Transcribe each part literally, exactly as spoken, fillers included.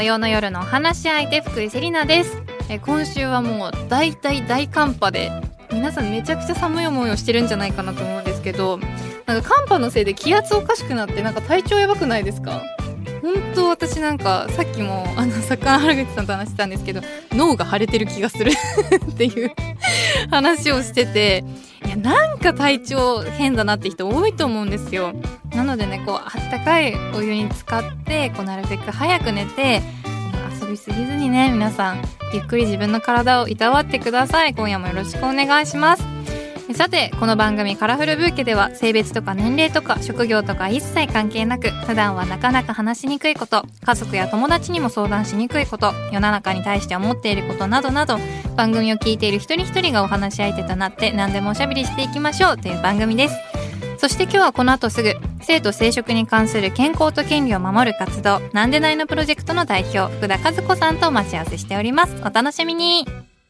土曜の夜のお話し相手福井セリナです。え今週はもう大大大寒波で皆さんめちゃくちゃ寒い思いをしてるんじゃないかなと思うんですけど、なんか寒波のせいで気圧おかしくなってなんか体調やばくないですか？本当私なんかさっきもあの作家の原口さんと話してたんですけど、脳が腫れてる気がするっていう話をしてて、いやなんか体調変だなって人多いと思うんですよ。なのでね、こうあったかいお湯に浸かってこうなるべく早く寝て遊びすぎずにね、皆さんゆっくり自分の体をいたわってください。今夜もよろしくお願いします。さてこの番組カラフルブーケでは性別とか年齢とか職業とか一切関係なく、普段はなかなか話しにくいこと、家族や友達にも相談しにくいこと、世の中に対して思っていることなどなど、番組を聞いている一人一人がお話し相手となって何でもおしゃべりしていきましょうという番組です。そして今日はこの後すぐ、性と生殖に関する健康と権利を守る活動なんでないのプロジェクトの代表福田和子さんと待ち合わせしております。お楽しみに。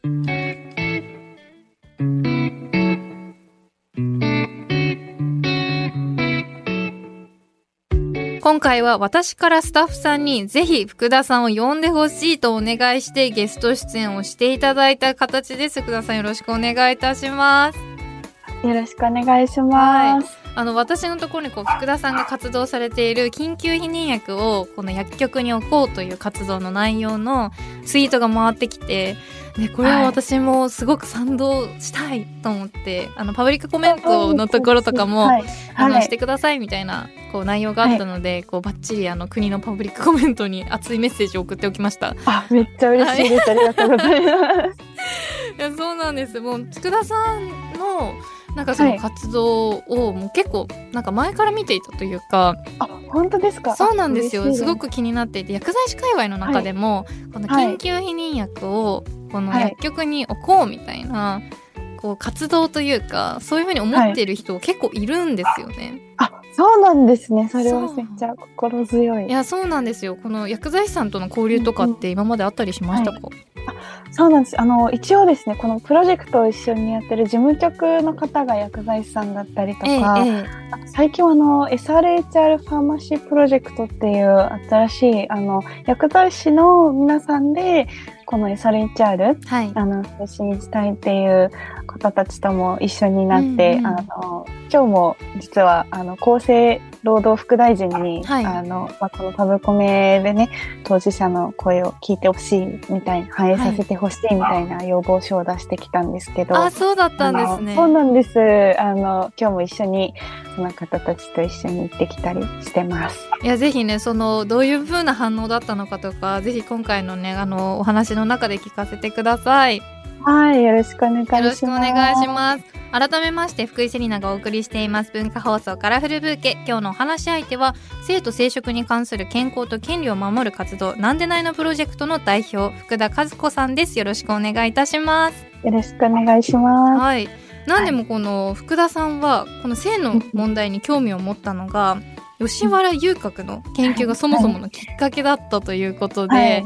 今回は私からスタッフさんにぜひ福田さんを呼んでほしいとお願いしてゲスト出演をしていただいた形です。福田さんよろしくお願いいたします。 よろしくお願いします。 はい、あの私のところにこう福田さんが活動されている緊急避妊薬をこの薬局に置こうという活動の内容のツイートが回ってきて、でこれは私もすごく賛同したいと思って、はい、あのパブリックコメントのところとかも、はい、あのしてくださいみたいなこう内容があったので、はい、こうバッチリあの国のパブリックコメントに熱いメッセージを送っておきました。 あ、めっちゃ嬉しいです、はい、ありがとうございますいやそうなんです。もう福田さんのなんかその活動をもう結構なんか前から見ていたというか、 あ、本当ですか？ そうなんですよ。すごく気になっていて、薬剤師界隈の中でも、はい、この緊急避妊薬をこの薬局に置こうみたいな、はい、こう活動というかそういうふうに思っている人結構いるんですよね。 はい、あ、そうなんですね。それはめっちゃ心強い。 いやそうなんですよ。この薬剤師さんとの交流とかって今まであったりしましたか？うんうん、はい、 あ、そうなんです。あの一応ですね、このプロジェクトを一緒にやってる事務局の方が薬剤師さんだったりとか、ええええ、最近はあの エスアールエイチアール ファーマシープロジェクトっていう新しいあの薬剤師の皆さんでこの エスアールエイチアール、はい、あの推進したいっていう方たちとも一緒になって、うんうん、あの今日も実はあの厚生労働副大臣に、はい、あのまあ、このパブコメでね当事者の声を聞いてほしいみたいな、反映させてほしいみたいな要望書を出してきたんですけど、 あ、そうだったんですね。 そうなんです。あの今日も一緒にその方たちと一緒に行ってきたりしてます。 いやぜひね、そのどういう風な反応だったのかとか、ぜひ今回のねあのお話の中で聞かせてください。 はい、よろしくお願いします。 よろしくお願いします。改めまして福井セリナがお送りしています文化放送カラフルブーケ。今日のお話し相手は性と生殖に関する健康と権利を守る活動なんでないのプロジェクトの代表福田和子さんです。よろしくお願いいたします。 よろしくお願いします。 はい、なんでもこの福田さんはこの性の問題に興味を持ったのが吉原遊郭の研究がそもそものきっかけだったということで、はいはい、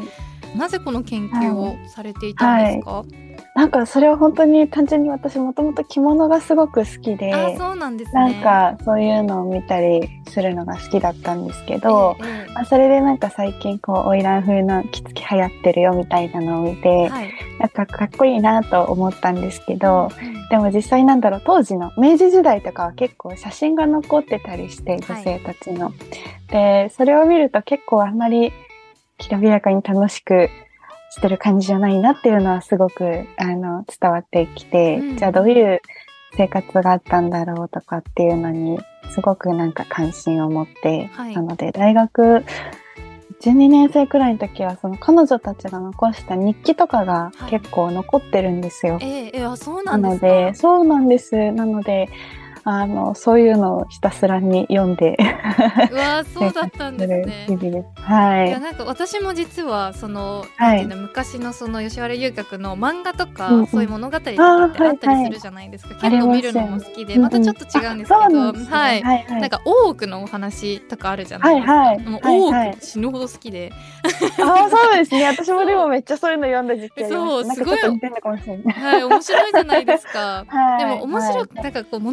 なぜこの研究をされていたんですか？はいはい、 なんかそれは本当に単純に私もともと着物がすごく好きで、 あ、そうなんですね。 なんかそういうのを見たりするのが好きだったんですけど、えーえーまあ、それでなんか最近こう花魁風の着付け流行ってるよみたいなのを見て、はい、なんかかっこいいなと思ったんですけど、うん、でも実際なんだろう、当時の明治時代とかは結構写真が残ってたりして女性たちの、はい、でそれを見ると結構あんまりきらびやかに楽しくしてる感じじゃないなっていうのはすごくあの伝わってきて、うん、じゃあどういう生活があったんだろうとかっていうのにすごくなんか関心を持って、はい、なので大学じゅうにねん生くらいの時はその彼女たちが残した日記とかが結構残ってるんですよ。はい、 えーえー、あ、そうなんですか。 なので、そうなんです。なのであのそういうのをひたすらに読んでうわそうだったんですね。 はい、 いやなんか私も実はその、はい、なんていうの、昔のその吉原遊郭の漫画とか、うんうん、そういう物語とかってあったりするじゃないですか。はいはい、結構見るのも好きで、またちょっと違うんですけど、うんうん、はい、はいはい、なんか大奥のお話とかあるじゃないですか。はいはい、もう大奥、はいはい、死ぬほど好きであ、そうですね。私もでもめっちゃそういうの読んだ時期ありました。 そう、すごい、 なんかちょっと似てるのかもしれない。 はい、面白いじゃないですか。 はい、 でも面白く、はい、なんかこう物語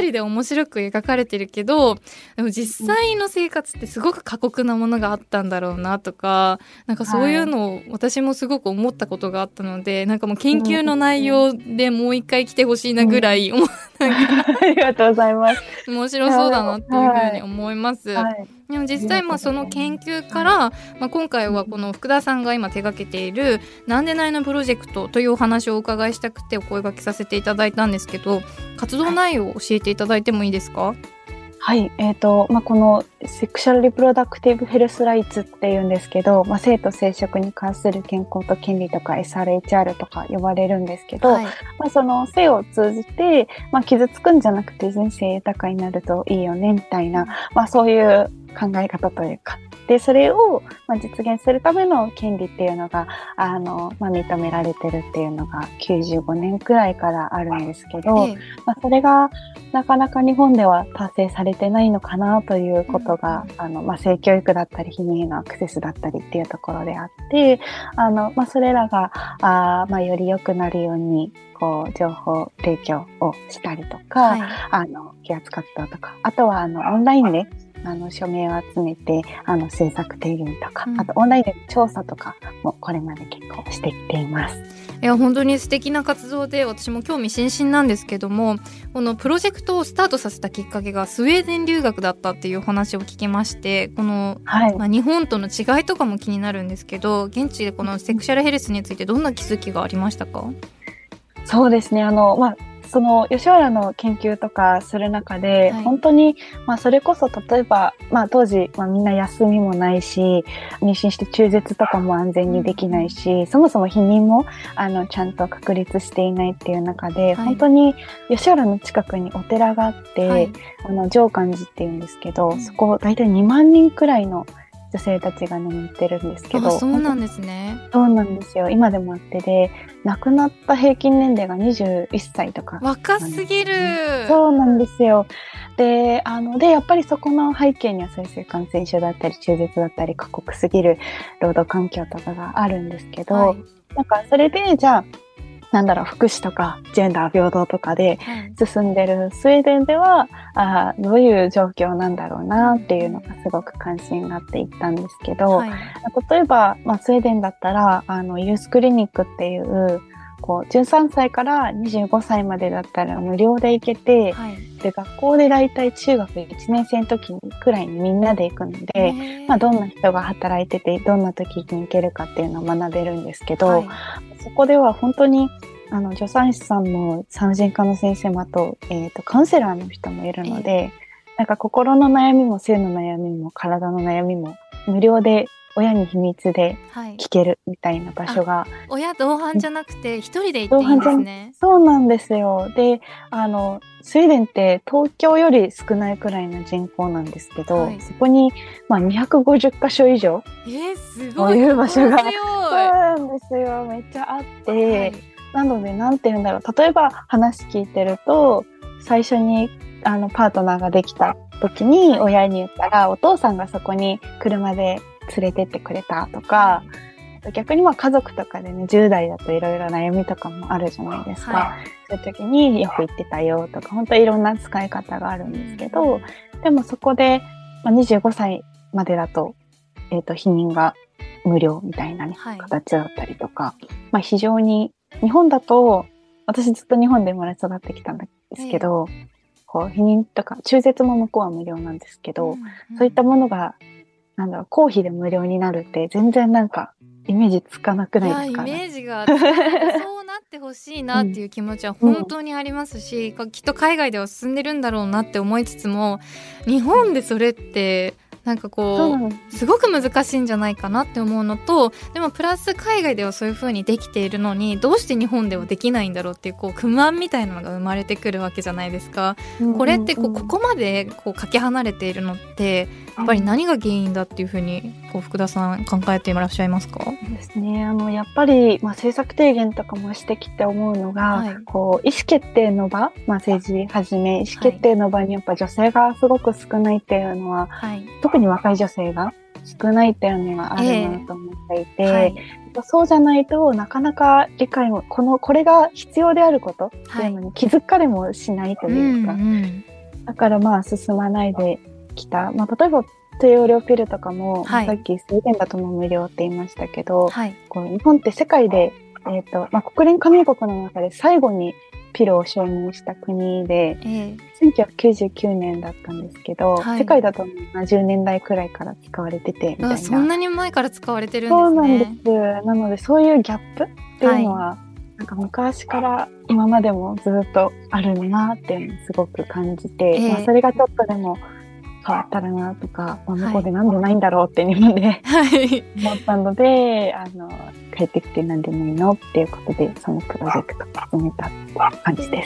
リで面白く描かれてるけどでも実際の生活ってすごく過酷なものがあったんだろうなとかなんかそういうのを私もすごく思ったことがあったので、はい、なんかもう研究の内容でもう一回来てほしいなぐらい、うん、なんかありがとうございます。 面白そうだなっていうふうに思います、はいはい、でも実際まあその研究から、まあ、今回はこの福田さんが今手掛けているなんでないのプロジェクトというお話をお伺いしたくてお声掛けさせていただいたんですけど活動内容を教えていただいてもいいですか？ はい、えーとまあ、このセクシャルリプロダクティブヘルスライツっていうんですけど、まあ、性と生殖に関する健康と権利とか エスアールエイチアール とか呼ばれるんですけど、はいまあ、その性を通じて、まあ、傷つくんじゃなくて人生豊かになるといいよねみたいな、まあ、そういう考え方というかでそれを、まあ、実現するための権利っていうのがあの、まあ、認められてるっていうのがきゅうじゅうごねんくらいからあるんですけど、ええまあ、それがなかなか日本では達成されてないのかなということが、うんあのまあ、性教育だったり避妊へのアクセスだったりっていうところであってあの、まあ、それらがあ、まあ、より良くなるようにこう情報提供をしたりとか、はい、あの啓発活動とかあとはあのオンラインであの署名を集めてあの政策提言とか、うん、あとオンラインで調査とかもこれまで結構してきています。 いや本当に素敵な活動で私も興味津々なんですけどもこのプロジェクトをスタートさせたきっかけがスウェーデン留学だったっていうお話を聞きましてこの、はいまあ、日本との違いとかも気になるんですけど現地でこのセクシャルヘルスについてどんな気づきがありましたか？ そうですねあの、まあその吉原の研究とかする中で、はい、本当に、まあ、それこそ例えば、まあ、当時、まあ、みんな休みもないし妊娠して中絶とかも安全にできないし、うん、そもそも避妊もあのちゃんと確立していないっていう中で、はい、本当に吉原の近くにお寺があって、はい、あの浄観寺っていうんですけど、うん、そこ大体にまんにんくらいの女性たちが眠ってるんですけど。 あ、そうなんですね。 そうなんですよ。今でもあってで、亡くなった平均年齢がにじゅういっさいとか。 若すぎる。 そうなんですよ。で、あの、で、やっぱりそこの背景にはそういう性感染症だったり、中絶だったり、過酷すぎる労働環境とかがあるんですけど、はい、なんかそれで、じゃあ、なんだろう福祉とかジェンダー平等とかで進んでるスウェーデンでは、あどういう状況なんだろうなっていうのがすごく関心があっていったんですけど、はい、例えば、まあ、スウェーデンだったらあのユースクリニックっていうこうじゅうさんさいからにじゅうごさいまでだったら無料で行けて、はい、で学校でだいたい中学いちねん生の時くらいにみんなで行くので、まあ、どんな人が働いててどんな時に行けるかっていうのを学べるんですけど、はい、そこでは本当にあの助産師さんも産婦人科の先生もあと、えーと、カウンセラーの人もいるので、えー、なんか心の悩みも性の悩みも体の悩みも無料で親に秘密で聞けるみたいな場所が、はい、 親同伴じゃなくて一人で行っていいんですね。 そうなんですよ。で、あのスウェーデンって東京より少ないくらいの人口なんですけど、はい、そこに、まあ、にひゃくごじゅっかしょ以上えー、すごいそういう場所がそうなんですよ。めっちゃあって、はい、なのでなんて言うんだろう例えば話聞いてると最初にあのパートナーができた時に親に言ったら、はい、お父さんがそこに車で連れてってくれたとか、はい、逆にまあ家族とかでねじゅう代だといろいろ悩みとかもあるじゃないですか、はい、そういう時によく言ってたよとか本当いろんな使い方があるんですけど、うん、でもそこで、まあ、にじゅうごさいまでだと、えーと、避妊が無料みたいな、ねはい、形だったりとか、まあ、非常に日本だと私ずっと日本で生まれ育ってきたんですけど、えー、こう避妊とか中絶も向こうは無料なんですけど、うんうん、そういったものがなんだろう公費で無料になるって全然なんかイメージつかなくないですかね。 いやイメージがそうなってほしいなっていう気持ちは本当にありますし、うん、きっと海外では進んでるんだろうなって思いつつも日本でそれってなんかこうすごく難しいんじゃないかなって思うのとでもプラス海外ではそういう風にできているのにどうして日本ではできないんだろうっていうこう不満みたいなのが生まれてくるわけじゃないですか、うんうんうん、これってこうここまでこうかけ離れているのってやっぱり何が原因だっていう風にこう福田さん考えていらっしゃいますか？ そうですね、あのやっぱり、まあ、政策提言とかもしてきて思うのが、はい、こう意思決定の場、まあ、政治はじめ意思決定の場にやっぱ女性がすごく少ないっていうのは、はい、特に若い女性が少ないっていうのがあるなと思っていて、えーはい、そうじゃないとなかなか理解もこのこれが必要であることっていうのに気づかれもしないというか、はいうんうんだからまあ進まないできた、まあ、例えば低用量ピルとかも、 はい、 さっきスウェーデンだとも無料って言いましたけど、 はい、 こう日本って世界で、えーとまあ、国連加盟国の中で最後にピルを承認した国で、えー、せんきゅうひゃくきゅうじゅうきゅうねんだったんですけど、はい、世界だとななじゅうねんだいくらいから使われててみたいな。 そんなに前から使われてるんですね。 そうなんです。なのでそういうギャップっていうのは、はい、なんか昔から今までもずっとあるなっていうのをすごく感じて、えーまあ、それがちょっとでも変わったらなとか、まあ、向こうでなんでないんだろうって日本で、はい、思ったので、あの帰ってきてなんでないのっていうことでそのプロジェクトを始めたっていう感じです。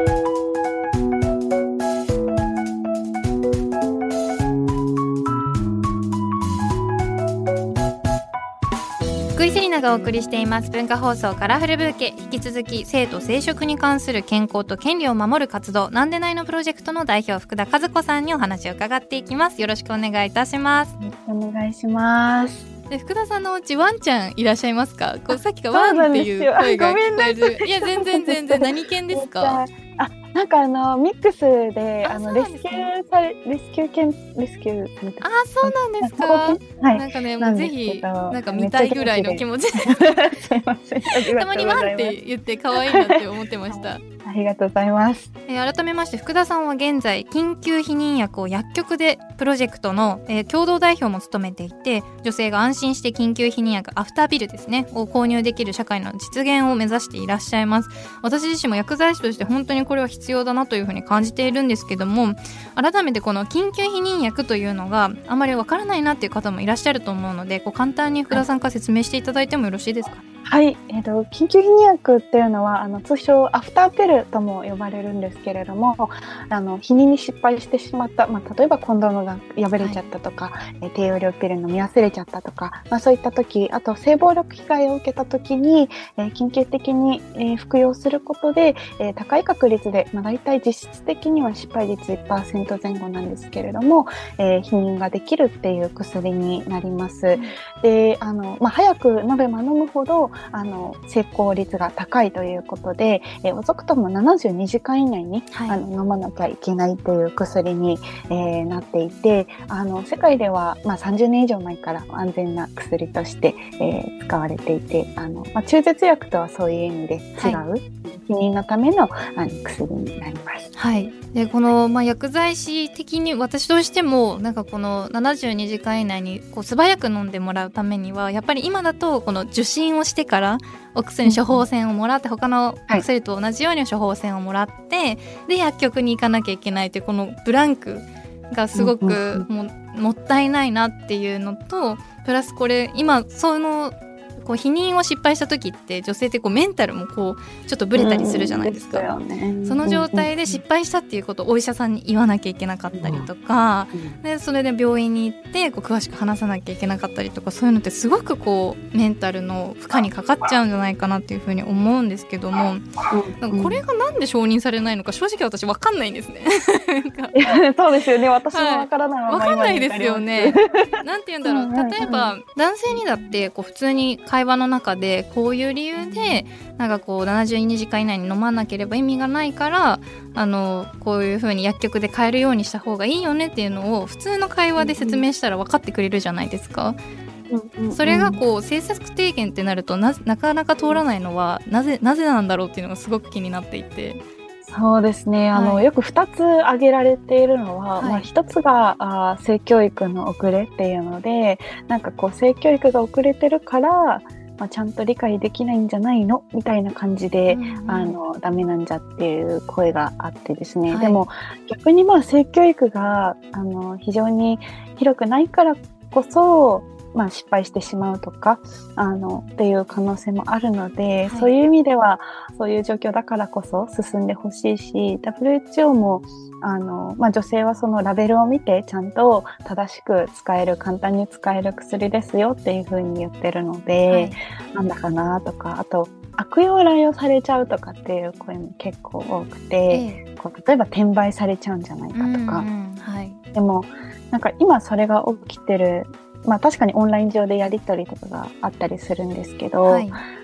福井セリナがお送りしています文化放送カラフルブーケ、引き続き性と生殖に関する健康と権利を守る活動なんでないのプロジェクトの代表福田和子さんにお話を伺っていきます。よろしくお願いいたします。 よろしくお願いします。 で福田さんのお家ワンちゃんいらっしゃいますか？こうさっきからワンっていう声が聞こえる。いや全然全然何犬ですか？ あ、なんかあのミックスであのレスキューされレスキュー犬レスキューされて、 あ、そうなんですか。はい、なんかねもうぜひなんか見たいぐらいの気持ちすいませんたまにワンって言って可愛いなって思ってました。 ありがとうございます。 えー、改めまして福田さんは現在緊急避妊薬を薬局でプロジェクトの、えー、共同代表も務めていて、女性が安心して緊急避妊薬アフターピルですねを購入できる社会の実現を目指していらっしゃいます。私自身も薬剤師として本当にこれは必要だなというふうに感じているんですけども、改めてこの緊急避妊薬というのがあまりわからないなっていう方もいらっしゃると思うので、こう簡単に福田さんから説明していただいてもよろしいですか？ はい、えーと、緊急避妊薬っていうのはあの通称アフターピルとも呼ばれるんですけれども、あの避妊に失敗してしまった、まあ、例えばコンドームが破れちゃったとか、はい、えー、低用量ピル飲み忘れちゃったとか、まあ、そういった時、あと性暴力被害を受けた時に、えー、緊急的に、えー、服用することで、えー、高い確率で、まあ、大体実質的には失敗率 いちパーセント 前後なんですけれども、えー、避妊ができるっていう薬になります。うん、で、あの、まあ、早く飲めば飲むほどあの成功率が高いということで、えー、遅くともななじゅうにじかん以内に、はい、あの飲まなきゃいけないという薬に、えー、なっていて、あの世界では、まあ、さんじゅうねん以上前から安全な薬として、えー、使われていて、あの、まあ、中絶薬とはそういう意味で違う、はい、避妊のための、あの薬になります。 はい。でこの、まあ、薬剤師的に私としてもなんかこのななじゅうにじかん以内にこう素早く飲んでもらうためにはやっぱり今だとこの受診をしてからお薬の処方箋をもらって、他の薬と同じように処方箋をもらって、はい、で薬局に行かなきゃいけないというこのブランクがすごくも、もったいないなっていうのと、プラスこれ今そのこう避妊を失敗した時って女性ってこうメンタルもこうちょっとブレたりするじゃないですか、うんですよね、その状態で失敗したっていうことをお医者さんに言わなきゃいけなかったりとか、うん、でそれで病院に行ってこう詳しく話さなきゃいけなかったりとか、そういうのってすごくこうメンタルの負荷にかかっちゃうんじゃないかなっていうふうに思うんですけども、うん、なんかこれがなんで承認されないのか正直私分かんないんですねそうですよね、私も分からないまま、 はい、分かんないですよねなんて言うんだろう、例えば男性にだってこう普通に会話の中でこういう理由でなんかこうななじゅうにじかん以内に飲まなければ意味がないから、あのこういう風に薬局で買えるようにした方がいいよねっていうのを普通の会話で説明したら分かってくれるじゃないですか。それがこう政策提言ってなると な, なかなか通らないのはなぜなぜなんだろうっていうのがすごく気になっていて。 そうですね、あの、はい、よくふたつ挙げられているのは、はい、まあ、ひとつがあ性教育の遅れっていうので、なんかこう性教育が遅れてるからまあ、ちゃんと理解できないんじゃないのみたいな感じで、うんうん、あのダメなんじゃっていう声があってですね、はい、でも逆にまあ性教育があの非常に広くないからこそ、まあ、失敗してしまうとかあのっていう可能性もあるので、はい、そういう意味ではそういう状況だからこそ進んでほしいし、 ダブリューエイチオー もあの、まあ、女性はそのラベルを見てちゃんと正しく使える、簡単に使える薬ですよっていう風に言ってるので、はい、なんだかなとか、あと悪用乱用されちゃうとかっていう声も結構多くて、ええ、こう例えば転売されちゃうんじゃないかとか、うんうん、はい、でもなんか今それが起きてる、まあ確かにオンライン上でやり取りとかがあったりするんですけど、はい、結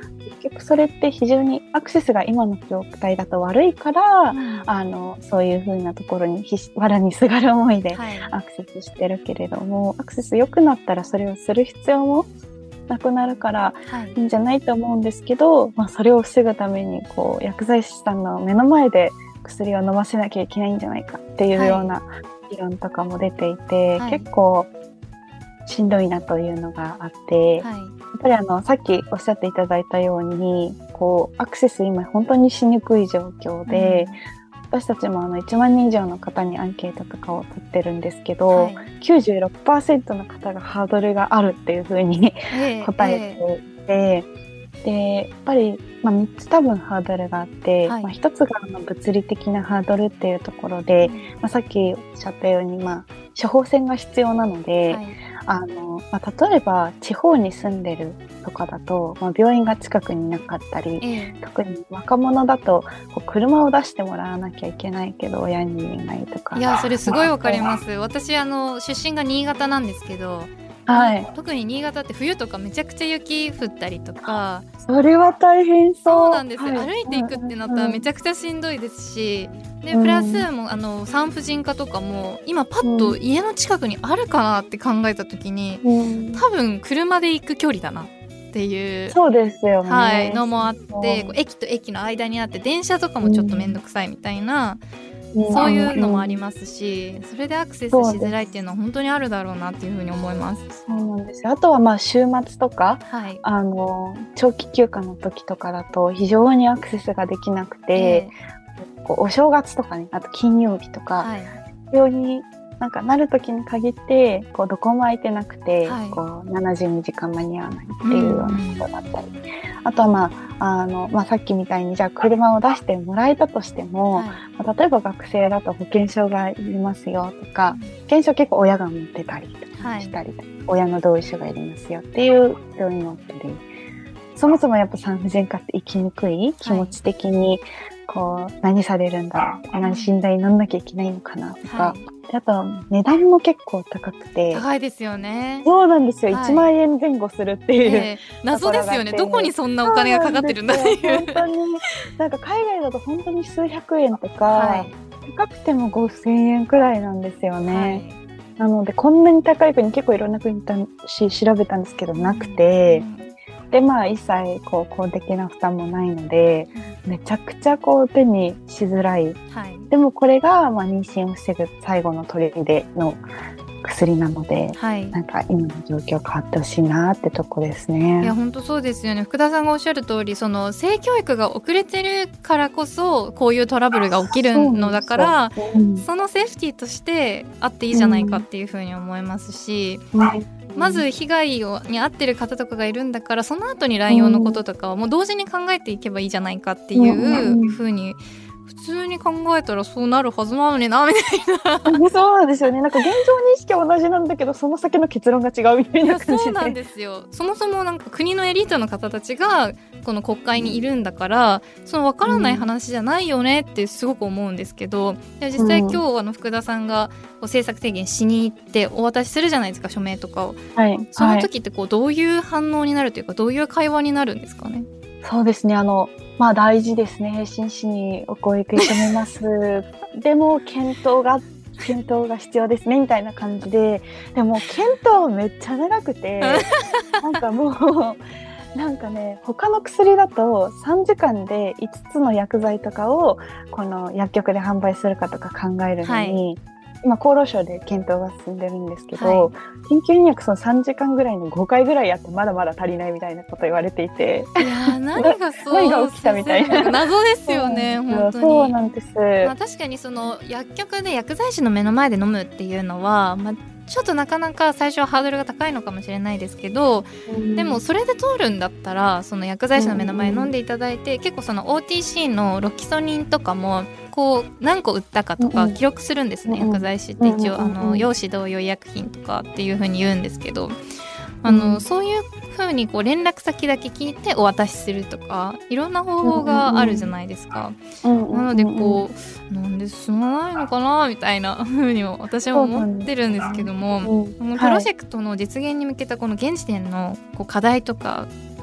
局それって非常にアクセスが今の状態だと悪いから、うん、あのそういう風なところに藁にすがる思いでアクセスしてるけれども、はい、アクセス良くなったらそれをする必要もなくなるからいいんじゃないと思うんですけど、はい、まあ、それを防ぐためにこう薬剤師さんの目の前で薬を飲ませなきゃいけないんじゃないかっていうような議論とかも出ていて、はい、結構しんどいなというのがあって、はい、やっぱりあのさっきおっしゃっていただいたようにこうアクセス今本当にしにくい状況で、うん、私たちもあのいちまんにん以上の方にアンケートとかを取ってるんですけど、はい、きゅうじゅうろくパーセント の方がハードルがあるっていうふうに、えー、答えていて、えーでやっぱり、まあ、みっつ多分ハードルがあって、はい、まあ、ひとつがあの物理的なハードルっていうところで、うん、まあ、さっきおっしゃったように、まあ、処方箋が必要なので、はい、あのまあ、例えば地方に住んでるとかだと、まあ、病院が近くになかったり、えー、特に若者だとこう車を出してもらわなきゃいけないけど親に言えないとか。 いやそれすごいわかります。私あの出身が新潟なんですけど、 はい、 特に新潟って冬とかめちゃくちゃ雪降ったりとか、 それは大変そう。 そうなんです、はい、歩いていくってなったらめちゃくちゃしんどいですし、でプラスもあの産婦人科とかも今パッと家の近くにあるかなって考えた時に、うん、多分車で行く距離だなっていう、 そうですよね、 はい、のもあって、こう駅と駅の間にあって電車とかもちょっとめんどくさいみたいな、うん、そういうのもありますし、それでアクセスしづらいっていうのは本当にあるだろうなっていうふうに思います。 そうなんですよ。あとはまあ週末とか、はい、あの長期休暇の時とかだと非常にアクセスができなくて、えー、こうお正月とかね、あと金曜日とか、はい、非常になんかなる時に限ってこうどこも空いてなくて、はい、こうななじゅうにじかん間に合わないっていうようなことだったり、うん、あとは、まああのまあ、さっきみたいにじゃあ車を出してもらえたとしても、はい、まあ、例えば学生だと保険証がいりますよとか、うん、保険証結構親が持ってたりとかしたり、はい、親の同意書がいりますよっていうようになったり、そもそもやっぱ産婦人科って行きにくい、気持ち的にこう何されるんだろう、何診断になんなきゃいけないのかなとか、はい、あと値段も結構高くて、 高いですよね。 そうなんですよ、はい、いちまんえん前後するっていう、えー、 謎ですよね。どこにそんなお金がかかってるんだっていう。 本当になんか海外だと本当に数百円とか、はい、高くてもごせんえんくらいなんですよね、はい、なのでこんなに高い国結構いろんな国し調べたんですけどなくて、うん、でまあ一切こう公的な負担もないので、うん、めちゃくちゃこう手にしづらい、はい、でもこれがまあ妊娠を防ぐ最後の砦の薬なので、はい、なんか今の状況変わってほしいなってとこですね。 いや本当そうですよね。福田さんがおっしゃる通り、その性教育が遅れてるからこそこういうトラブルが起きるのだから、 そ, うん、そのセーフティーとしてあっていいじゃないかっていうふうに思いますし、うん、まず被害をに遭ってる方とかがいるんだから、その後に乱用のこととかをもう同時に考えていけばいいじゃないかっていうふうに普通に考えたらそうなるはずなのになみたいな。 そうなんですよね。なんか現状認識は同じなんだけどその先の結論が違うみたいな感じで。 そうなんですよ。そもそもなんか国のエリートの方たちがこの国会にいるんだから、その分からない話じゃないよねってすごく思うんですけど、実際今日あの福田さんがこう政策提言しに行ってお渡しするじゃないですか、署名とかを、はい、その時ってこうどういう反応になるというか、どういう会話になるんですかね。 そうですね、あのまあ大事ですね。真摯にお声受け止めますでも検討が検討が必要ですねみたいな感じで、でも検討めっちゃ長くてなんかもうなんかね、他の薬だとさんじかんでいつつの薬剤とかをこの薬局で販売するかとか考えるのに、はい、今厚労省で検討が進んでるんですけど、はい、緊急入薬そのさんじかんぐらいのごかいぐらいやってまだまだ足りないみたいなこと言われていて、 いや何がそう何が起きたみたいな謎ですよね。本当にそうなんです、 まあ、確かにその薬局で薬剤師の目の前で飲むっていうのは、まあちょっとなかなか最初はハードルが高いのかもしれないですけど、うん、でもそれで通るんだったらその薬剤師の目の前に飲んでいただいて、うん、結構その オーティーシー のロキソニンとかもこう何個売ったかとか記録するんですね、うん、薬剤師って一応あの用紙同様医薬品とかっていう風に言うんですけど、あの、うん、そういう風にこう連絡先だけ聞いてお渡しするとかいろんな方法があるじゃないですか、うんうん、なのでこうなんで進まないのかなみたいな風にも私は思ってるんですけども、うん、このプロジェクトの実現に向けたこの現時点のこう課題とか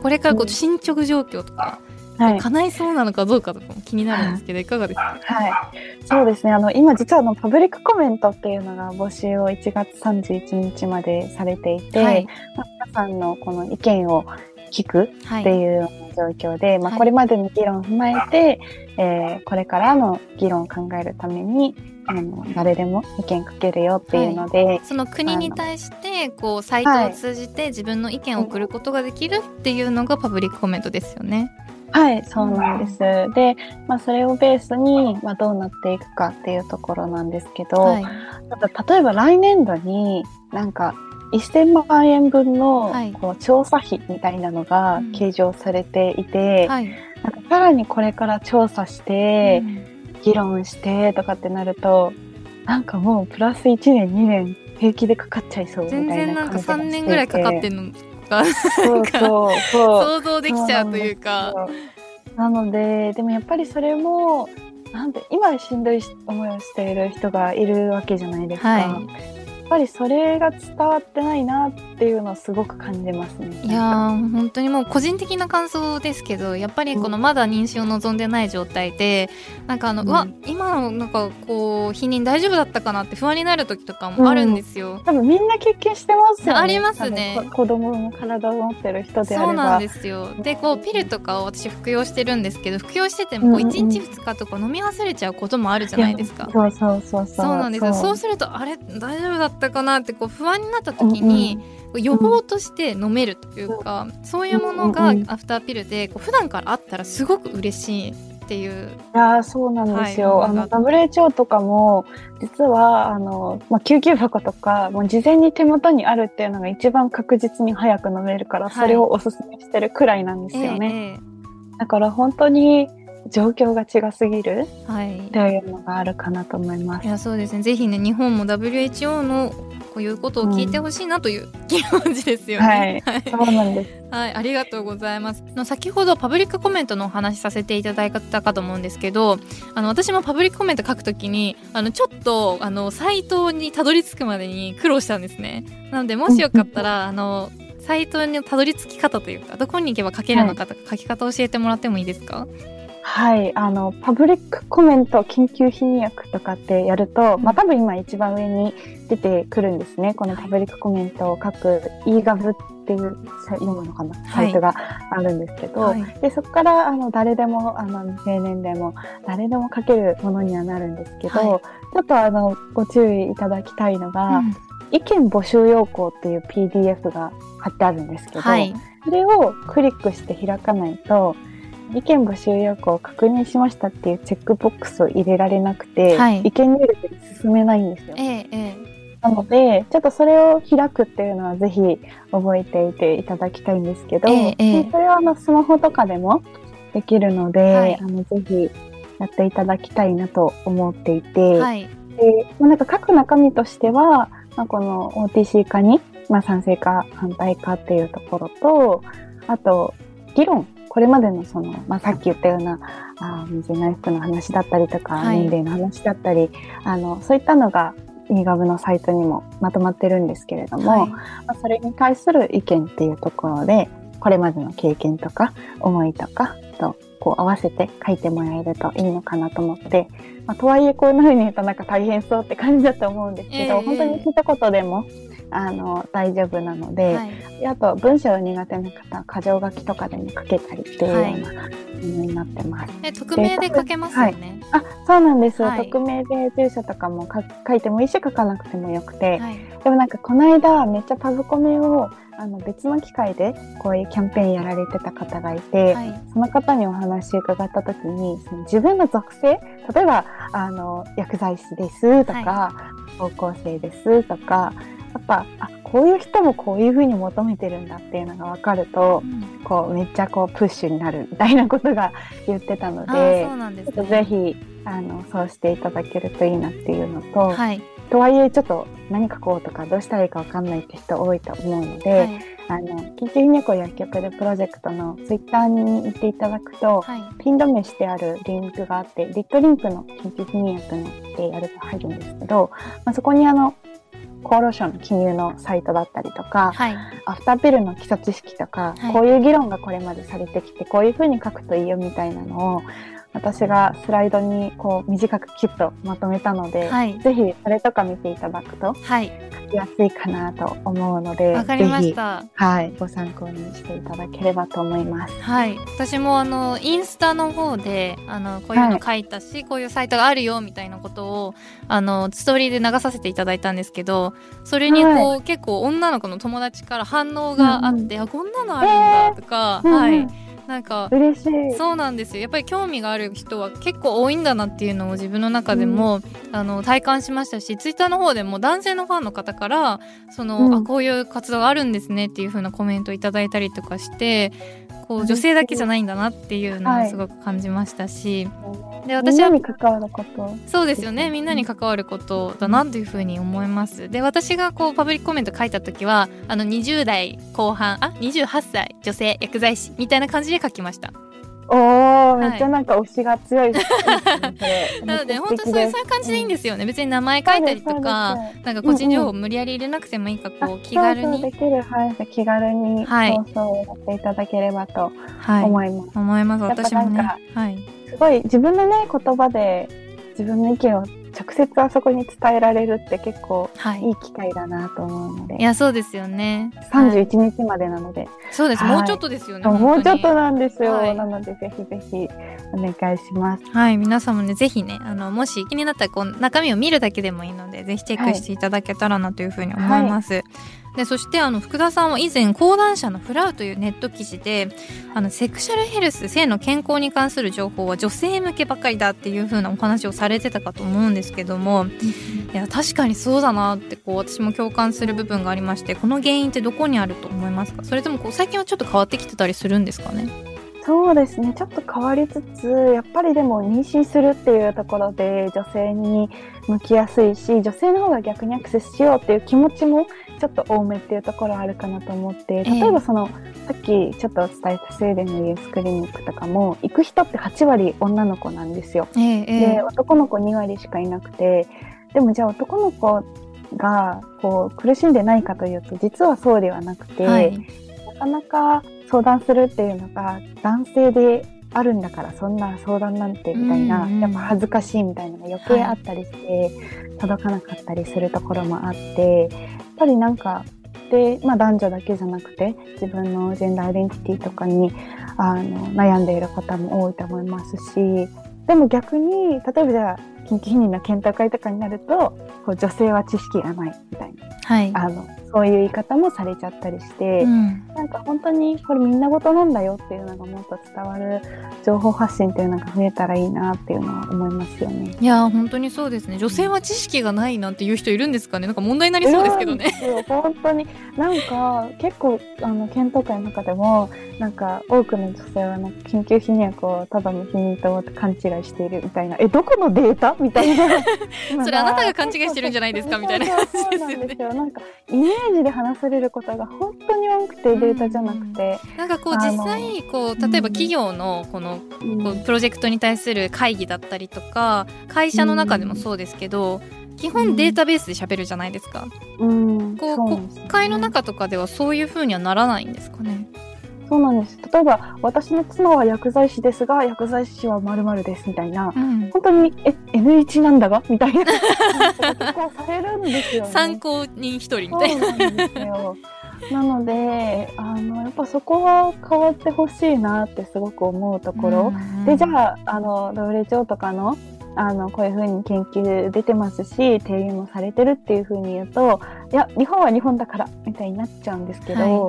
これからこう進捗状況とか、はい、叶いそうなのかどうかとかも気になるんですけど、いかがですか？ はい、そうですね、あの今実はあのパブリックコメントっていうのが募集をいちがつさんじゅういちにちまでされていて、はい、まあ、皆さんのこの意見を聞くっていうような状況で、はい、まあ、これまでの議論を踏まえて、はい、えー、これからの議論を考えるためにあの誰でも意見かけるよっていうので、はい、 その国に対してこうサイトを通じて自分の意見を送ることができるっていうのがパブリックコメントですよね。 はい、そうなんです。で、まあ、それをベースに、まあ、どうなっていくかっていうところなんですけど、はい、ただ例えば来年度になんかせんまんえんぶんのこう調査費みたいなのが計上されていて、うん、はい、なんかさらにこれから調査して、うん、議論してとかってなると、なんかもうプラスいちねんにねん平気でかかっちゃいそうみたいな感じがしていて、全然なんかさんねんぐらいかかってんのそうそうそう想像できちゃうというか、 なのででもやっぱりそれもなんで今しんどい思いをしている人がいるわけじゃないですか、はい、やっぱりそれが伝わってないなっていうのをすごく感じますね。 いやー本当にもう個人的な感想ですけど、やっぱりこのまだ妊娠を望んでない状態で、うん、なんかあの、うん、うわ今のなんかこう避妊大丈夫だったかなって不安になる時とかもあるんですよ、うん、 多分みんな経験してますよね。 ありますね。 子供の体を持ってる人であれば。 そうなんですよ。でこうピルとかを私服用してるんですけど、服用しててもこういちにちふつかとか飲み忘れちゃうこともあるじゃないですか。 そうそうそうそう。 そうなんですよ。そうするとあれ大丈夫だったかなってこう不安になった時に、うんうん、予防として飲めるというか、うん、そういうものがアフターピルでこう普段からあったらすごく嬉しいっていう。 いやそうなんですよ、はい、あの ダブリューエイチオー とかも実はあの、まあ、救急箱とかもう事前に手元にあるっていうのが一番確実に早く飲めるから、それをおすすめしてるくらいなんですよね、はい、えー、だから本当に状況が違すぎるっていうのがあるかなと思います、はい、 いやそうですね。ぜひね日本も ダブリューエイチオー のこういうことを聞いてほしいなという気持ちですよね、 うん、はい、そうなんですはい、ありがとうございます。先ほどパブリックコメントのお話しさせていただいたかと思うんですけど、あの私もパブリックコメント書くときにあのちょっとあのサイトにたどり着くまでに苦労したんですね。なのでもしよかったらあのサイトにたどり着き方というかどこに行けば書けるのかとか、はい、書き方を教えてもらってもいいですか？ はい、あのパブリックコメント緊急翻訳とかってやると、うん、まあ、多分今一番上に出てくるんですね。このパブリックコメントを書く イーガブ っていう読むのかなサイトがあるんですけど、はいはい、でそこからあの誰でもあの未成年でも誰でも書けるものにはなるんですけど、はい、ちょっとあのご注意いただきたいのが、うん、意見募集要項っていう ピーディーエフ が貼ってあるんですけど、はい、それをクリックして開かないと意見募集要項を確認しましたっていうチェックボックスを入れられなくて、はい、意見入力に進めないんですよ、ええええ、なのでちょっとそれを開くっていうのはぜひ覚えていていただきたいんですけど、ええ、それはあのスマホとかでもできるので、はい、あのぜひやっていただきたいなと思っていて、はい、でまあ、なんか書く中身としては、まあ、この オーティーシー 化に、まあ、賛成か反対かっていうところと、あと議論これまでのその、まあ、さっき言ったようなあ未成年服の話だったりとか、はい、年齢の話だったりあのそういったのがイーガブのサイトにもまとまってるんですけれども、はい、まあ、それに対する意見っていうところでこれまでの経験とか思いとかとこう合わせて書いてもらえるといいのかなと思って、まあ、とはいえこういうふうに言うとなんか大変そうって感じだと思うんですけど、えー、本当に聞いたことでもあの大丈夫なので、はい、であと文章苦手な方は箇条書きとかでも書けたりっていうようなものになってます、はい、 え匿名で書けますよね、 はい、あそうなんです、はい、匿名で住所とかも書いてもいいし書かなくてもよくて、はい、でもなんかこの間めっちゃパブコメをあの別の機会でこういうキャンペーンやられてた方がいて、はい、その方にお話伺った時にその自分の属性、例えばあの薬剤師ですとか、はい、高校生ですとかやっぱあこういう人もこういう風に求めてるんだっていうのが分かると、うん、こうめっちゃこうプッシュになるみたいなことが言ってたので、そうなんですね、ちょっとぜひあのそうしていただけるといいなっていうのと、はい、とはいえちょっと何書こうとかどうしたらいいか分かんないって人多いと思うので、はい、あの緊急翻訳を薬局でプロジェクトのツイッターに行っていただくと、はい、ピン止めしてあるリンクがあって、リットリンクの緊急翻訳のってやると入るんですけど、まあ、そこにあの厚労省の記入のサイトだったりとか、 はい、 アフターピルの基礎知識とか、はい、こういう議論がこれまでされてきてこういうふうに書くといいよみたいなのを私がスライドにこう短くキュッとまとめたので、はい、ぜひそれとか見ていただくと、はい、書きやすいかなと思うので、 わかりました。 ぜひ、はい、ご参考にしていただければと思います。 はい、私もあのインスタの方であのこういうの書いたし、はい、こういうサイトがあるよみたいなことをあのストーリーで流させていただいたんですけど、それにこう、はい、結構女の子の友達から反応があって、うん、あこんなのあるんだとか、えー、はい、うんなんか嬉しい。 そうなんですよ。やっぱり興味がある人は結構多いんだなっていうのを自分の中でも、うん、あの体感しましたし、ツイッターの方でも男性のファンの方からその、うん、あこういう活動があるんですねっていう風なコメントをいただいたりとかして、こう女性だけじゃないんだなっていうのをすごく感じましたし、はい、で私はみんなに関わることそうですよね、みんなに関わることだなという風に思います。で私がこうパブリックコメント書いた時はあのにじゅう代後半あにじゅうはっさい女性薬剤師みたいな感じで書きました。 おー、めっちゃなんか推しが強いですね。なので本当にそういうそういう感じでいいんですよね、うん、別に名前書いたりとかなんか個人情報を無理やり入れなくてもいいか、こう気軽にそうそうできる範囲で気軽に放送をやっていただければと思います、 はい、思います。私もね、はい、 すごい自分のね言葉で自分の意見を直接あそこに伝えられるって結構いい機会だなと思うので、はい、 いやそうですよね。 さんじゅういちにちまでなので、はい、 そうです、はい、もうちょっとですよね。 もうちょっとなんですよ、はい、なのでぜひぜひお願いします。 はい、皆さんもねぜひねあのもし気になったらこう中身を見るだけでもいいのでぜひチェックしていただけたらなというふうに思います、はい。でそしてあの福田さんは以前講談社のフラウというネット記事であのセクシャルヘルス性の健康に関する情報は女性向けばかりだっていう風なお話をされてたかと思うんですけども、いや確かにそうだなってこう私も共感する部分がありまして、この原因ってどこにあると思いますか？それともこう最近はちょっと変わってきてたりするんですかね？ そうですね、ちょっと変わりつつやっぱりでも妊娠するっていうところで女性に向きやすいし、女性の方が逆にアクセスしようっていう気持ちもちょっと多めっていうところあるかなと思って、例えばその、えー、さっきちょっとお伝えしたスウェーデンのユースクリニックとかも行く人ってはちわり女の子なんですよ、えーえー、で男の子にわりしかいなくて、でもじゃあ男の子がこう苦しんでないかというと実はそうではなくて、はい、なかなか相談するっていうのが男性であるんだからそんな相談なんてみたいな、うんうん、やっぱ恥ずかしいみたいなのが余計あったりして、はい、届かなかったりするところもあって、やっぱりなんかで、まあ、男女だけじゃなくて自分のジェンダーアイデンティティとかにあの悩んでいる方も多いと思いますし、でも逆に例えばじゃあ緊急避妊の検討会とかになるとこう女性は知識がないみたいな、はい、あのそういう言い方もされちゃったりして、うん、なんか本当にこれみんな事なんだよっていうのがもっと伝わる情報発信っていうのが増えたらいいなっていうのは思いますよね。 いや本当にそうですね。女性は知識がないなんていう人いるんですかね。なんか問題になりそうですけどね。 本当になんか結構あの検討会の中でもなんか多くの女性はなんか緊急避妊薬をただの避妊と思って勘違いしているみたいな、えどこのデータみたいなそれあなたが勘違いしてるんじゃないですかみたいな感じですよね。 なんかイメージで話されることが本当に多くてデータじゃなくて、 うん、なんかこう実際こう例えば企業のこの、うん、こうプロジェクトに対する会議だったりとか会社の中でもそうですけど、うん、基本データベースで喋るじゃないですか、うん、こうそうですね、国会の中とかではそういう風にはならないんですかね。 そうなんです。例えば私の妻は薬剤師ですが薬剤師は〇〇ですみたいな、うん、本当にえ エヌワン なんだがみたいな結構されるんですよね。 参考人一人みたいな。 そうなんですよ。なのであのやっぱそこは変わってほしいなってすごく思うところ、うん、でじゃあ、あの ダブリューエイチオー とかのあのこういう風に研究出てますし提言もされてるっていう風に言うと、いや日本は日本だからみたいになっちゃうんですけど、はい、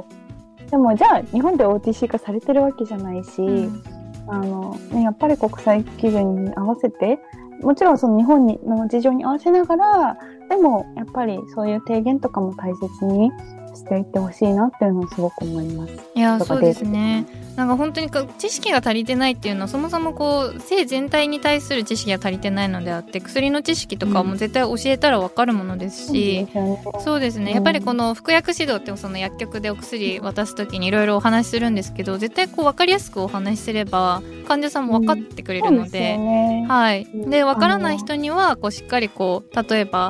でもじゃあ日本で オーティーシー 化されてるわけじゃないし、うん、あのね、やっぱり国際基準に合わせてもちろんその日本の事情に合わせながらでもやっぱりそういう提言とかも大切にしていってほしいなっていうのをすごく思います。 いやそうですね。なんか本当に知識が足りてないっていうのはそもそもこう性全体に対する知識が足りてないのであって、薬の知識とかも絶対教えたら分かるものですし、うん、そうですね、やっぱりこの服薬指導ってその薬局でお薬渡すときにいろいろお話しするんですけど、絶対こう分かりやすくお話しすれば患者さんも分かってくれるので、うん、で、ね、はい、で分からない人にはこうしっかりこう例えば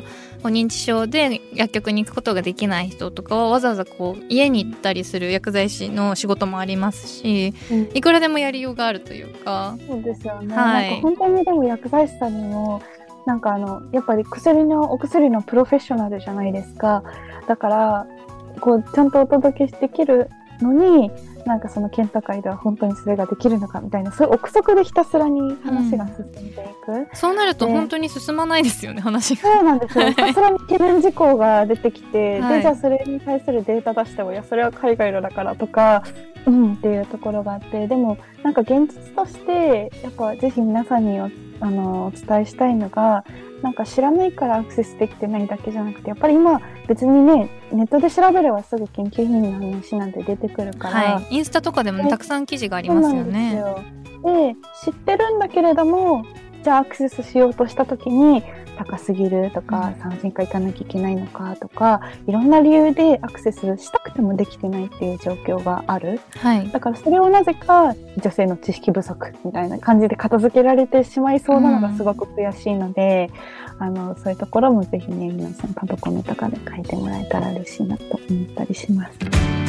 こう認知症で薬局に行くことができない人とかはわざわざこう家に行ったりする薬剤師の仕事もありますし、うん、いくらでもやりようがあるというか。 そうですよね、はい、なんか本当にでも薬剤師さんにもなんかあのやっぱり薬のお薬のプロフェッショナルじゃないですか。だからこうちゃんとお届けできるのになんかその県大会では本当にそれができるのかみたいな、そういう憶測でひたすらに話が進んでいく、うん、 そうなると本当に進まないですよね話が。 そうなんですよひたすらに懸念事項が出てきて、はい、でじゃあそれに対するデータ出してもいやそれは海外のだからとかうんっていうところがあって、でもなんか現実としてやっぱぜひ皆さんに お, あのお伝えしたいのが、なんか知らないからアクセスできてないだけじゃなくて、やっぱり今別にねネットで調べればすぐ研究費の話なんて出てくるから、 はい、インスタとかでも、ね、たくさん記事がありますよね。 そうなんですよ。で知ってるんだけれどもじゃあアクセスしようとした時に高すぎるとか、うん、さんぜんか行かなきゃいけないのかとかいろんな理由でアクセスしたくてもできてないっていう状況がある、はい、だからそれをなぜか女性の知識不足みたいな感じで片付けられてしまいそうなのがすごく悔しいので、うん、あのそういうところもぜひね皆さんパソコンとかで書いてもらえたら嬉しいなと思ったりします。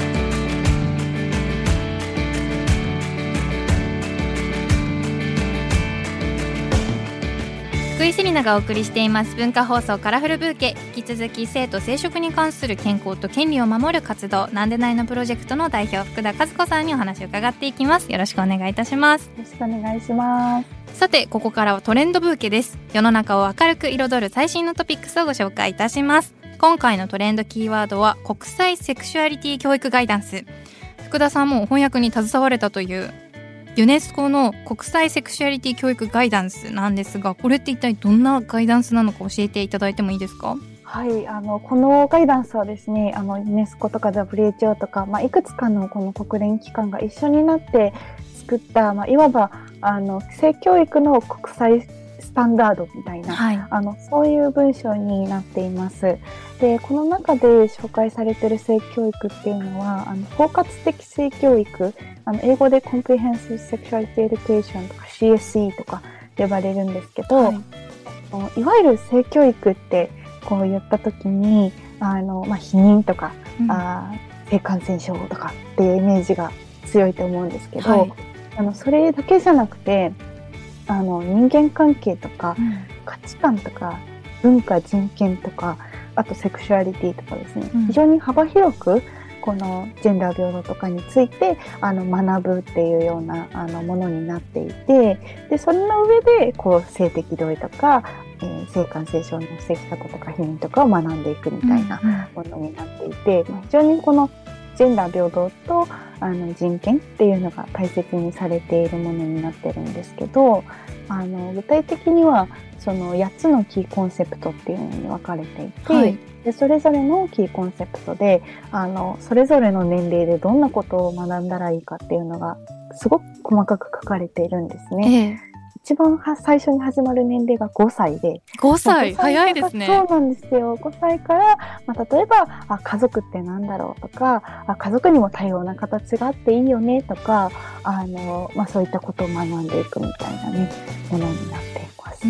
福井セリナがお送りしています文化放送カラフルブーケ、引き続き性と生殖に関する健康と権利を守る活動なんでないのプロジェクトの代表福田和子さんにお話を伺っていきます。よろしくお願いいたします。 よろしくお願いします。 さてここからはトレンドブーケです。世の中を明るく彩る最新のトピックスをご紹介いたします。今回のトレンドキーワードは国際セクシュアリティ教育ガイダンス。福田さんも翻訳に携われたというユネスコの国際セクシュアリティ教育ガイダンスなんですが、これって一体どんなガイダンスなのか教えていただいてもいいですか？ はい、あのこのガイダンスはですね、あのユネスコとか ダブリューエイチオー とか、まあ、いくつかのこの国連機関が一緒になって作った、まあ、いわばあの性教育の国際スタンダードみたいな、はい、あのそういう文章になっています。でこの中で紹介されている性教育っていうのはあの包括的性教育、あの英語で Comprehensive Sexuality Education とか シーエスイー とか呼ばれるんですけど、はい、いわゆる性教育ってこう言った時にあの、まあ、避妊とか、うん、あ性感染症とかっていうイメージが強いと思うんですけど、はい、あのそれだけじゃなくてあの人間関係とか、うん、価値観とか文化人権とかあとセクシュアリティとかですね、うん、非常に幅広くこのジェンダー平等とかについてあの学ぶっていうようなあのものになっていて、でそれの上でこう性的同意とか、えー、性感染症の防ぎ方とか避妊とかを学んでいくみたいなものになっていて、うんうん、非常にこのジェンダー平等とあの人権っていうのが大切にされているものになってるんですけど、あの具体的にはそのやっつのキーコンセプトっていうのに分かれていて、はい、でそれぞれのキーコンセプトであのそれぞれの年齢でどんなことを学んだらいいかっていうのがすごく細かく書かれているんですね。ええ、一番は最初に始まる年齢がごさいで、 ごさい早いですね。 そうなんですよ。ごさいから、まあ、例えばあ家族ってなんだろうとか、あ家族にも多様な形があっていいよねとか、あの、まあ、そういったことを学んでいくみたいなねものになっています。 うん、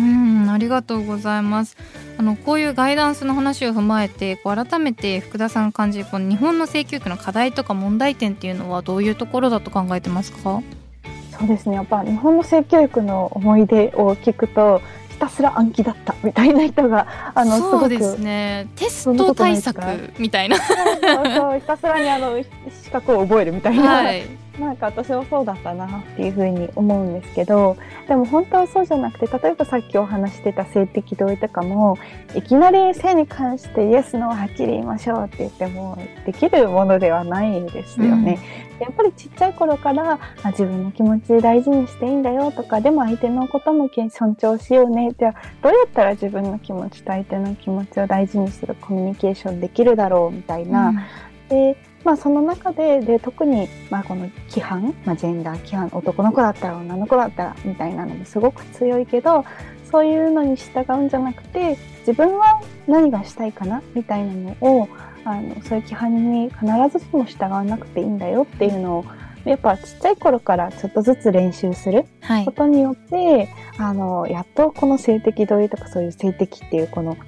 ありがとうございます。あのこういうガイダンスの話を踏まえてこう改めて福田さん感じるこの日本の性教育の課題とか問題点っていうのはどういうところだと考えてますか？ そうですね、やっぱ日本の性教育の思い出を聞くとひたすら暗記だったみたいな人があのそうですね、テスト対策みたいなそうそうひたすらにあの資格を覚えるみたいな、はい、なんか私はそうだったなっていうふうに思うんですけど、でも本当はそうじゃなくて、例えばさっきお話してた性的同意とかもいきなり性に関してイエスノーはっきり言いましょうって言ってもできるものではないですよね、うん、やっぱりちっちゃい頃からあ自分の気持ち大事にしていいんだよとか、でも相手のことも尊重しようね、じゃあどうやったら自分の気持ちと相手の気持ちを大事にするコミュニケーションできるだろうみたいな、うん、でまあ、その中 で, で特にまあこの規範、まあ、ジェンダー規範、男の子だったら女の子だったらみたいなのもすごく強いけど、そういうのに従うんじゃなくて自分は何がしたいかなみたいなのをあのそういう規範に必ずしも従わなくていいんだよっていうのをやっぱちっちゃい頃からちょっとずつ練習することによって、はい、あのやっとこの性的同意とかそういう性的っていうこの非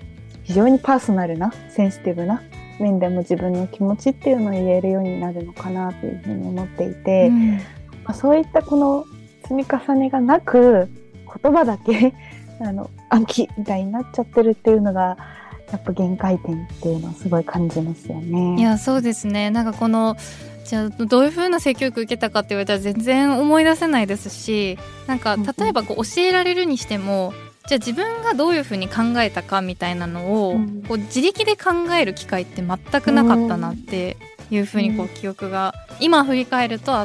非常にパーソナルなセンシティブな面でも自分の気持ちっていうのを言えるようになるのかなというふうに思っていて、うん、まあ、そういったこの積み重ねがなく言葉だけあの暗記みたいになっちゃってるっていうのがやっぱ限界点っていうのをすごい感じますよね。 いやそうですね。なんかこのじゃあどういう風な性教育受けたかって言われたら全然思い出せないですし、なんか例えばこう教えられるにしても、じゃあ自分がどういう風に考えたかみたいなのをこう自力で考える機会って全くなかったなっていう風にこう記憶が今振り返るとあって、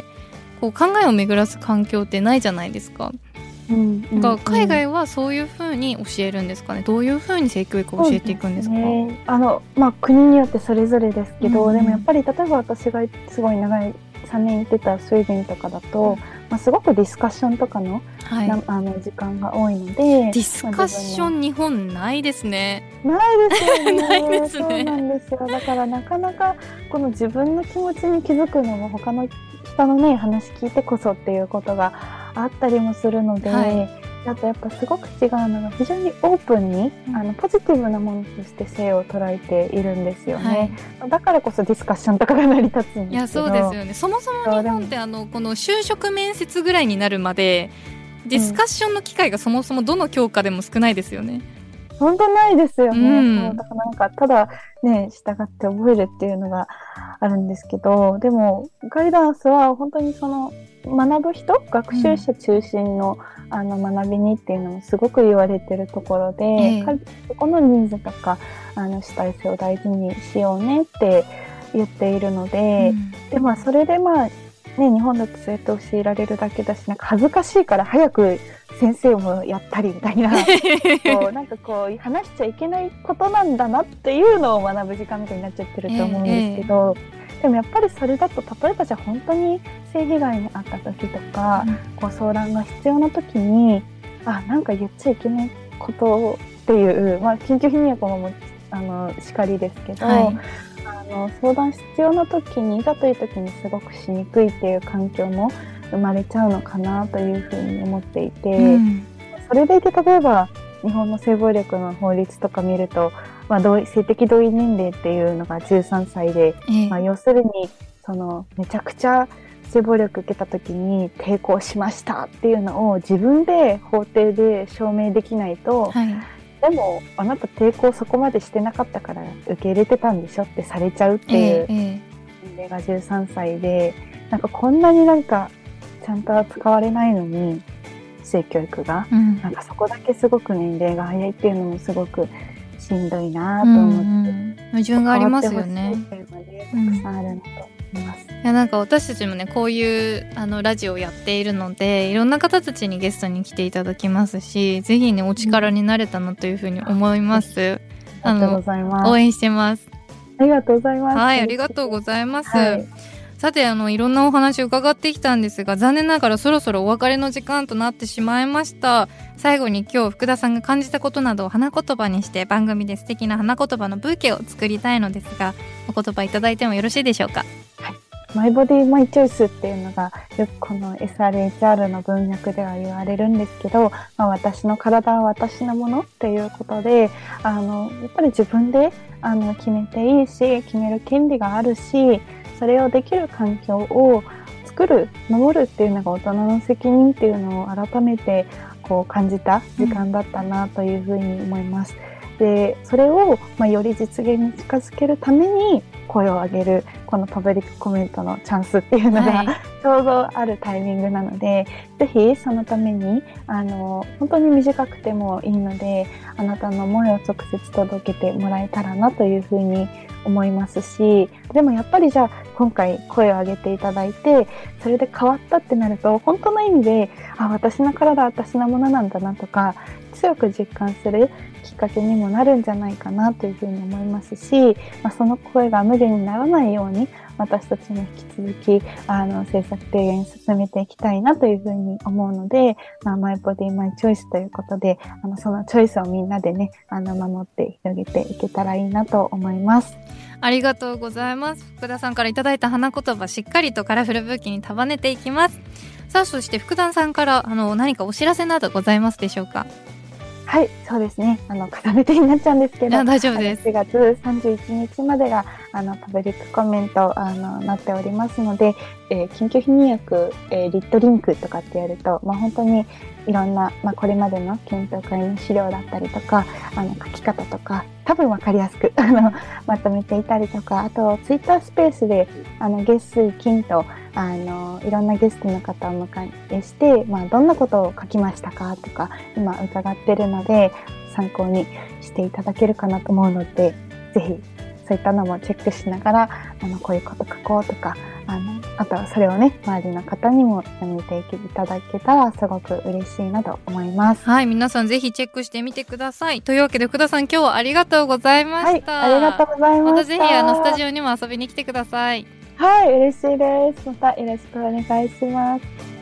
こう考えを巡らす環境ってないじゃないですか。うんうんうん、だから海外はそういう風に教えるんですかね。どういう風に性教育を教えていくんですか。 そうですね、あのまあ、国によってそれぞれですけど、うん、でもやっぱり例えば私がすごい長いさんねん行ってたスウェーデンとかだと、うん、まあ、すごくディスカッションとかの、はい、なあの時間が多いので。ディスカッション、まあ、日本ないですね。 ないですよね。 ないですね。 そうなんですよ。だからなかなかこの自分の気持ちに気づくのも他の人のね話聞いてこそっていうことがあったりもするので、はい、あとやっぱすごく違うのが非常にオープンに、うん、あのポジティブなものとして性を捉えているんですよね、はい、だからこそディスカッションとかが成り立つんですけど。 いやそうですよね。そもそも日本ってあのこの就職面接ぐらいになるまでディスカッションの機会がそもそもどの教科でも少ないですよね。 本当ないですよね、うん、だからなんかただね従って覚えるっていうのがあるんですけど、でもガイダンスは本当にその学ぶ人学習者中心の、うん、あの学びにっていうのもすごく言われてるところで、ええ、そこのニーズとかあの主体性を大事にしようねって言っているので、うん、でまあそれでまあね日本だとそうやって教えられるだけだし、なんか恥ずかしいから早く先生もやったりみたいなこうなんかこう話しちゃいけないことなんだなっていうのを学ぶ時間みたいになっちゃってると思うんですけど、ええ、でもやっぱりそれだと例えばじゃあ本当に性被害に遭った時とか、うん、こう相談が必要な時にあなんか言っちゃいけないことっていう、まあ、緊急避妊薬もあのしかりですけど、はい、あの相談必要な時にいざという時にすごくしにくいっていう環境も生まれちゃうのかなというふうに思っていて、うん、それでいて例えば日本の性暴力の法律とか見ると、まあ、同性的同意年齢っていうのがじゅうさんさいで、えーまあ、要するにそのめちゃくちゃ性暴力受けた時に抵抗しましたっていうのを自分で法廷で証明できないと、はい、でもあなた抵抗そこまでしてなかったから受け入れてたんでしょってされちゃうっていう年齢がじゅうさんさいで、なんかこんなになんかちゃんと扱われないのに性教育が、うん、なんかそこだけすごく年齢が早いっていうのもすごくしんどいなと思って、うんうん、 矛盾がありますよね。 たくさんあるなと思います。 いやなんか私たちもねこういうあのラジオをやっているのでいろんな方たちにゲストに来ていただきますし、ぜひねお力になれたなというふうに思います、うん、 ありがとうございます。 応援してます。 ありがとうございます。 はい、ありがとうございます、はい、さてあのいろんなお話を伺ってきたんですが、残念ながらそろそろお別れの時間となってしまいました。最後に今日福田さんが感じたことなどを花言葉にして番組で素敵な花言葉のブーケを作りたいのですが、お言葉いただいてもよろしいでしょうか。 はい、マイボディマイチョイスっていうのがよくこの エスアールエイチアール の文脈では言われるんですけど、まあ、私の体は私のものっていうことで、あのやっぱり自分であの決めていいし決める権利があるし、それをできる環境を作る守るっていうのが大人の責任っていうのを改めてこう感じた時間だったなというふうに思います。でそれを、まあ、より実現に近づけるために声を上げるこのパブリックコメントのチャンスっていうのが、はい、ちょうどあるタイミングなので、ぜひそのためにあの本当に短くてもいいのであなたの思いを直接届けてもらえたらなというふうに思いますし、でもやっぱりじゃあ今回声を上げていただいてそれで変わったってなると本当の意味であ私の体は私のものなんだなとか強く実感するきっかけにもなるんじゃないかなというふうに思いますし、まあ、その声が無限にならないように私たちも引き続きあの政策提言進めていきたいなというふうに思うので、まあ、マイボディマイチョイスということであのそのチョイスをみんなでねあの守って広げていけたらいいなと思います。 ありがとうございます。福田さんからいただいた花言葉しっかりとカラフルブーケに束ねていきます。さあそして福田さんからあの何かお知らせなどございますでしょうか。 はい、そうですね。あの固めてになっちゃうんですけど、 大丈夫です。 しがつさんじゅういちにちまでがあのパブリックコメントあのなっておりますので、えー、緊急避妊薬、えー、リットリンクとかってやると、まあ、本当にいろんな、まあ、これまでの検討会の資料だったりとか、あの書き方とか多分分かりやすくあのまとめていたりとか、あとツイッタースペースであの月水金とあのいろんなゲストの方を迎えして、まあ、どんなことを書きましたかとか今伺ってるので参考にしていただけるかなと思うので、ぜひそういったのもチェックしながらあのこういうこと書こうとか、あのあとはそれをね周りの方にも見ていただけたらすごく嬉しいなと思います。 はい、皆さんぜひチェックしてみてください。というわけで福田さん、今日はありがとうございました。 はい、ありがとうございました。 またぜひあのスタジオにも遊びに来てください。 はい、嬉しいです。またよろしくお願いします。